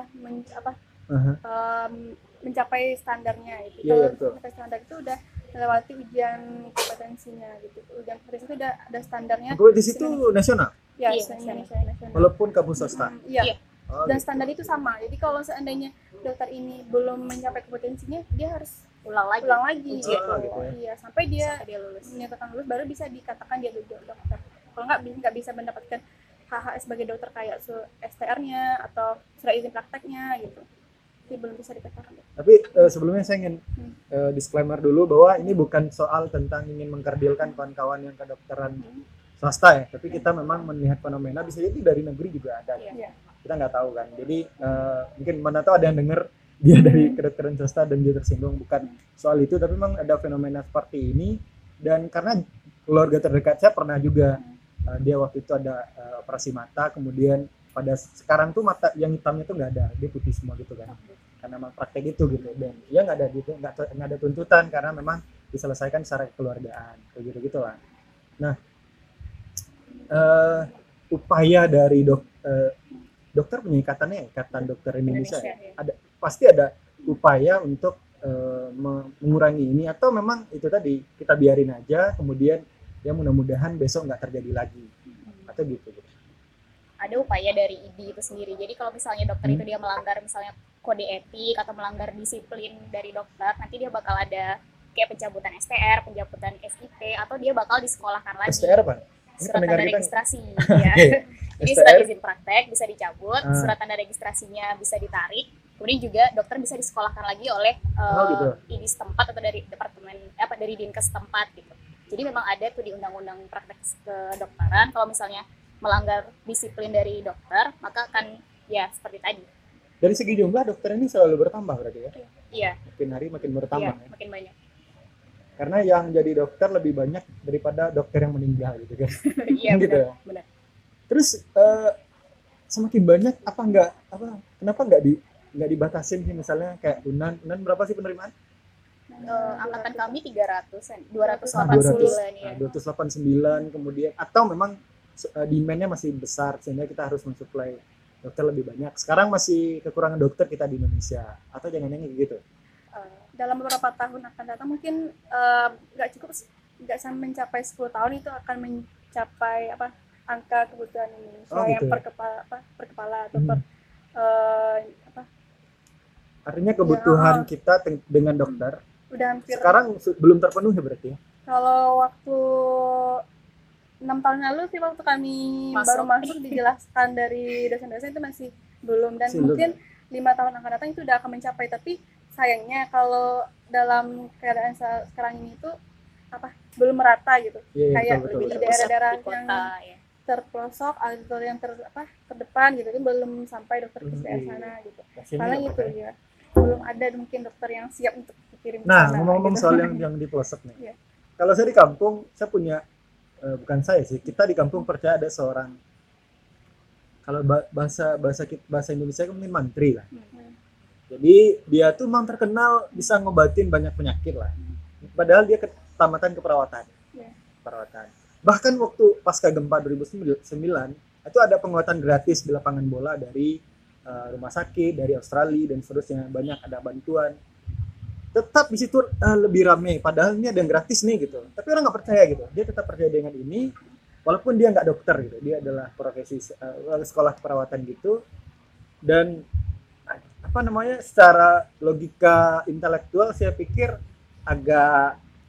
mencapai standarnya itu. Iya, Kalau mencapai standar itu udah melewati ujian kompetensinya gitu. Ujian kompetensi itu udah ada standarnya. Kompetisi itu nasional? Ya, Iya, nasional. Walaupun kampus swasta? Iya. Oh, Dan gitu. standar itu sama. Jadi kalau seandainya dokter ini belum mencapai kompetensinya, dia harus ulang lagi gitu. gitu ya. Iya, sampai dia lulus. menyatakan lulus baru bisa dikatakan dia dokter. Kalau nggak bisa mendapatkan HHS sebagai dokter kayak STR-nya atau surat izin prakteknya gitu. Jadi belum bisa dikatakan. Tapi sebelumnya saya ingin disclaimer dulu bahwa ini bukan soal tentang ingin mengkerdilkan kawan-kawan yang kedokteran swasta ya, tapi kita memang melihat fenomena, bisa jadi dari negeri juga ada. Iya. Kita nggak tahu kan. Jadi mungkin mana tahu ada yang dengar dia dari kedokteran swasta dan dia tersinggung, bukan soal itu, tapi memang ada fenomena seperti ini. Dan karena keluarga terdekat saya pernah juga, dia waktu itu ada operasi mata, kemudian pada sekarang tuh mata yang hitamnya tuh nggak ada, dia putih semua gitu kan, karena memang praktek itu gitu. Dan ya nggak ada tuntutan, karena memang diselesaikan secara kekeluargaan kayak gitu gitulah. Nah, upaya dari dokter punya ikatan dokter Indonesia ya? Pasti ada upaya untuk mengurangi ini, atau memang itu tadi kita biarin aja, kemudian ya mudah-mudahan besok nggak terjadi lagi, atau gitu. Ada upaya dari ID itu sendiri. Jadi kalau misalnya dokter itu dia melanggar misalnya kode etik atau melanggar disiplin dari dokter, nanti dia bakal ada kayak pencabutan STR, pencabutan SIP, atau dia bakal disekolahkan lagi. STR apa? Surat tanda registrasi ya. Jadi surat izin praktek bisa dicabut, surat tanda registrasinya bisa ditarik. Kemudian juga dokter bisa disekolahkan lagi oleh gitu. ID setempat atau dari departemen dari Dinkes setempat gitu. Jadi memang ada tuh di undang-undang praktek kedokteran, kalau misalnya melanggar disiplin dari dokter, maka akan ya seperti tadi. Dari segi jumlah dokter ini selalu bertambah berarti ya? Iya. Makin hari makin bertambah ya? Makin banyak. Karena yang jadi dokter lebih banyak daripada dokter yang meninggal gitu kan? Iya gitu. Benar. Terus semakin banyak kenapa nggak dibatasin sih, misalnya kayak UNAN berapa sih penerimaan? Angkatan kami 300-an, 289 ya. 289, kemudian atau memang demand-nya masih besar sehingga kita harus mensuplai dokter lebih banyak. Sekarang masih kekurangan dokter kita di Indonesia, atau jangan-jangan gitu? Dalam beberapa tahun akan datang mungkin nggak sampai mencapai 10 tahun itu akan mencapai angka kebutuhan Indonesia yang gitu. per kepala atau Artinya kebutuhan kita dengan dokter udah hampir sekarang belum terpenuhi berarti ya? Kalau waktu 6 tahun lalu sih, waktu kami baru masuk dijelaskan dari dosen-dosen itu masih belum, dan mungkin 5 tahun akan datang itu udah akan mencapai. Tapi sayangnya kalau dalam keadaan sekarang ini itu belum merata gitu. Kayak betul. Lebih di daerah-daerah yang terpelosok atau yang terdepan gitu, itu belum sampai dokter ke sana gitu. Karena itu ya belum ada mungkin dokter yang siap untuk dikirim ke sana. Nah, ngomong-ngomong soal yang di pelosok nih. Iya. Kalau saya di kampung, saya punya bukan saya sih, kita di kampung percaya ada seorang, kalau bahasa Indonesia mungkin mantri lah. Jadi dia tuh memang terkenal bisa ngobatin banyak penyakit lah. Padahal dia ketamatan keperawatan. Perawatan. Bahkan waktu pasca gempa 2009 itu ada pengobatan gratis di lapangan bola dari rumah sakit, dari Australia dan seterusnya, banyak ada bantuan. Tetap di situ lebih ramai, padahal ini ada yang gratis nih gitu. Tapi orang nggak percaya gitu. Dia tetap percaya dengan ini, walaupun dia nggak dokter gitu. Dia adalah profesi sekolah keperawatan gitu. Dan secara logika intelektual saya pikir agak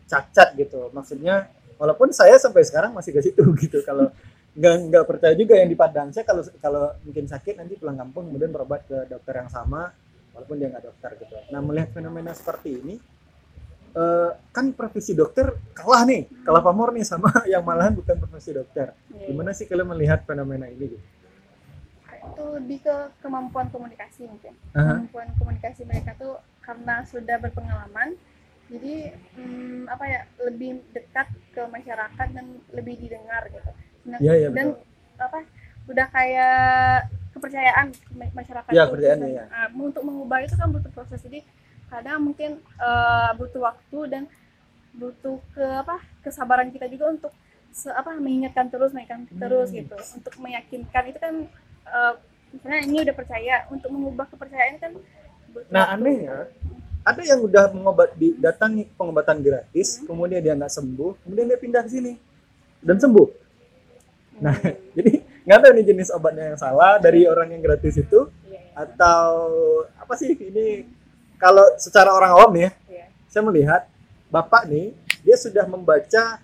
cacat gitu. Maksudnya walaupun saya sampai sekarang masih ke situ gitu. Kalau nggak percaya juga yang di Padang, saya kalau kalau mungkin sakit nanti pulang kampung kemudian berobat ke dokter yang sama walaupun dia nggak dokter gitu. Nah, melihat fenomena seperti ini, kan profesi dokter kalah pamor nih sama yang malahan bukan profesi dokter. Gimana sih kalian melihat fenomena ini gitu? Itu lebih ke kemampuan komunikasi mungkin. Aha. Kemampuan komunikasi mereka tuh karena sudah berpengalaman, jadi apa ya, lebih dekat ke masyarakat dan lebih didengar gitu. Nah, Iya, dan betul. apa, udah kayak kepercayaan masyarakat Iya, tuh kepercayaannya, gitu. ya. Nah, untuk mengubah itu kan butuh proses, jadi kadang mungkin butuh waktu dan butuh kesabaran kita juga untuk mengingatkan terus gitu, untuk meyakinkan itu kan, misalnya ini udah percaya, untuk mengubah kepercayaan kan butuh Nah, waktu. anehnya ada yang udah datangi pengobatan gratis, kemudian dia nggak sembuh, kemudian dia pindah ke sini dan sembuh. Nah, jadi nggak tahu ini jenis obatnya yang salah dari orang yang gratis itu, atau apa sih ini? Kalau secara orang awam nih ya, saya melihat bapak nih dia sudah membaca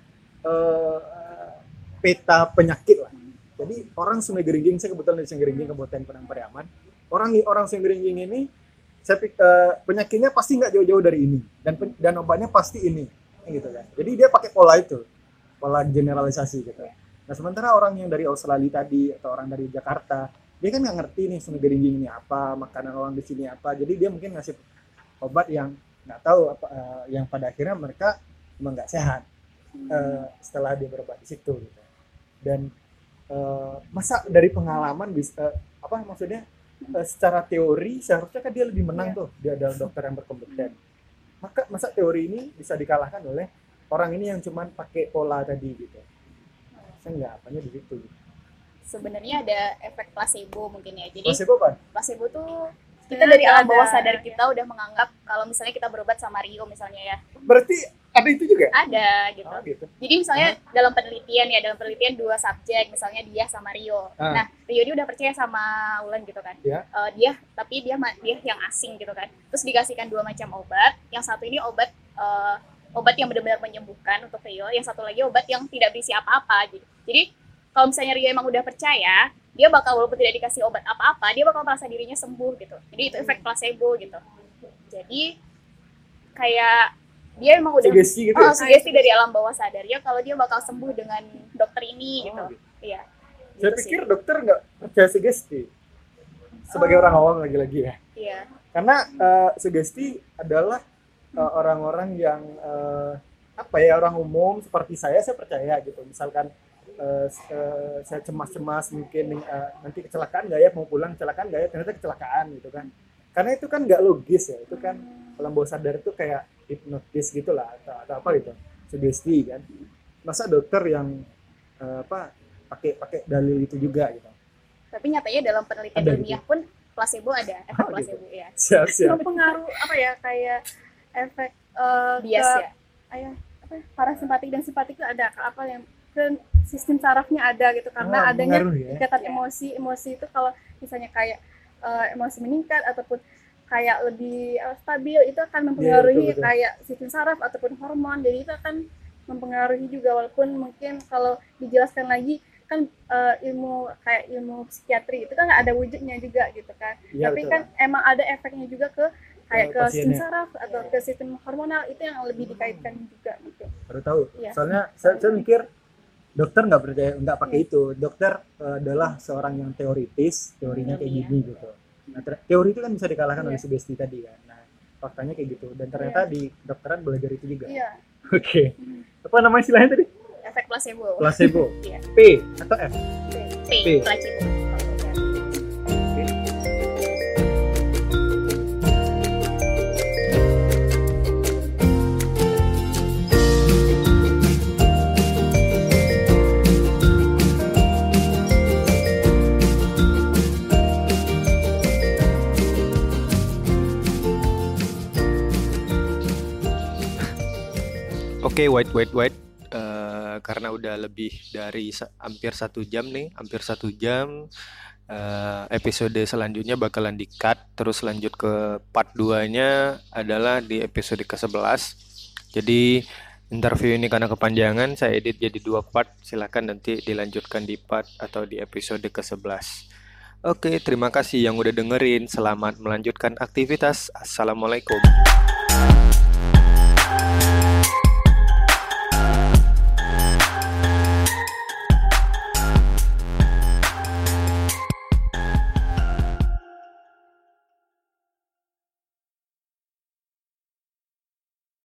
peta penyakit lah. Jadi orang Sungai Geringging, saya kebetulan di Sungai Geringging Kabupaten Padang Pariaman, orang Sungai Geringging ini penyakitnya pasti nggak jauh-jauh dari ini dan obatnya pasti ini gitu kan. Jadi dia pakai pola generalisasi gitu. Nah, sementara orang yang dari Australia tadi atau orang dari Jakarta, dia kan nggak ngerti nih Sungai Geringging ini apa, makanan orang di sini apa, jadi dia mungkin ngasih obat yang nggak tahu apa, yang pada akhirnya mereka memang nggak sehat setelah dia berobat di situ gitu. Dan masa dari pengalaman bisa maksudnya secara teori seharusnya kan dia lebih menang tuh, dia adalah dokter yang berkompeten. Masa teori ini bisa dikalahkan oleh orang ini yang cuman pakai pola tadi gitu. Saya nggak apanya di situ. Sebenarnya ada efek placebo mungkin ya. Jadi Placebo kan? placebo tuh kita dari alam bawah sadar kita udah menganggap kalau misalnya kita berobat sama Rio misalnya ya, Berarti ada itu juga? ada gitu. Oh, gitu. Jadi misalnya dalam penelitian 2 subjek, misalnya dia sama Rio. Nah, Rio dia udah percaya sama Wulan gitu kan. Ya. Dia yang asing gitu kan. Terus dikasihkan 2 macam obat. Yang satu ini obat yang benar-benar menyembuhkan untuk Rio, yang satu lagi obat yang tidak berisi apa-apa gitu. Jadi kalau misalnya Rio emang udah percaya, dia bakal walaupun tidak dikasih obat apa-apa, dia bakal merasa dirinya sembuh gitu. Jadi itu efek placebo gitu. Jadi kayak dia emang udah Sugesti gitu ya? sugesti dari alam bawah sadarnya kalau dia bakal sembuh dengan dokter ini gitu. Iya. Saya Gitu pikir sih. dokter nggak percaya sugesti. Sebagai orang awam lagi-lagi ya. Iya. Karena sugesti adalah orang-orang yang orang umum seperti saya percaya gitu. Misalkan saya cemas-cemas mungkin nanti kecelakaan nggak ya, mau pulang kecelakaan nggak ya, ternyata kecelakaan gitu kan. Karena itu kan nggak logis ya, itu kan alam bawah sadar itu kayak hipnotis gitulah atau apa gitu, sugesti kan. Masa dokter yang pakai dalil itu juga gitu. Tapi nyatanya dalam penelitian Ada ilmiah pun placebo ada, efek gitu. placebo ya. Siap. Mempengaruh kayak efek Bias ya. parasimpatik dan simpatik itu ada yang dan sistem sarafnya ada gitu, karena adanya pengaruh ya. ikatan Ya. emosi itu kalau misalnya kayak emosi meningkat ataupun kayak lebih stabil, itu akan mempengaruhi betul. kayak sistem saraf ataupun hormon, jadi itu akan mempengaruhi juga, walaupun mungkin kalau dijelaskan lagi kan ilmu psikiatri itu kan nggak ada wujudnya juga gitu kan. Iya, Tapi betul. kan emang ada efeknya juga ke kayak ke sistem pasiennya. saraf atau ke sistem hormonal, itu yang lebih dikaitkan juga gitu. Baru tahu. Iya. Soalnya saya mikir dokter nggak percaya, nggak pakai itu. Dokter adalah seorang yang teorinya kayak gini gitu. Nah, teori itu kan bisa dikalahkan oleh sugesti tadi kan. Nah, faktanya kayak gitu. Dan ternyata di dokteran belajar itu juga. Iya. Oke. Apa namanya istilahnya tadi? Efek placebo. Placebo. Iya. P atau F? P. Placebo. Oke, wait. Karena udah lebih dari hampir 1 jam nih, episode selanjutnya bakalan di-cut, terus lanjut ke part 2-nya adalah di episode ke-11. Jadi Interview ini karena kepanjangan, saya edit jadi 2 part. Silakan nanti dilanjutkan di part atau di episode ke-11. Oke, terima kasih yang udah dengerin. Selamat melanjutkan aktivitas. Assalamualaikum.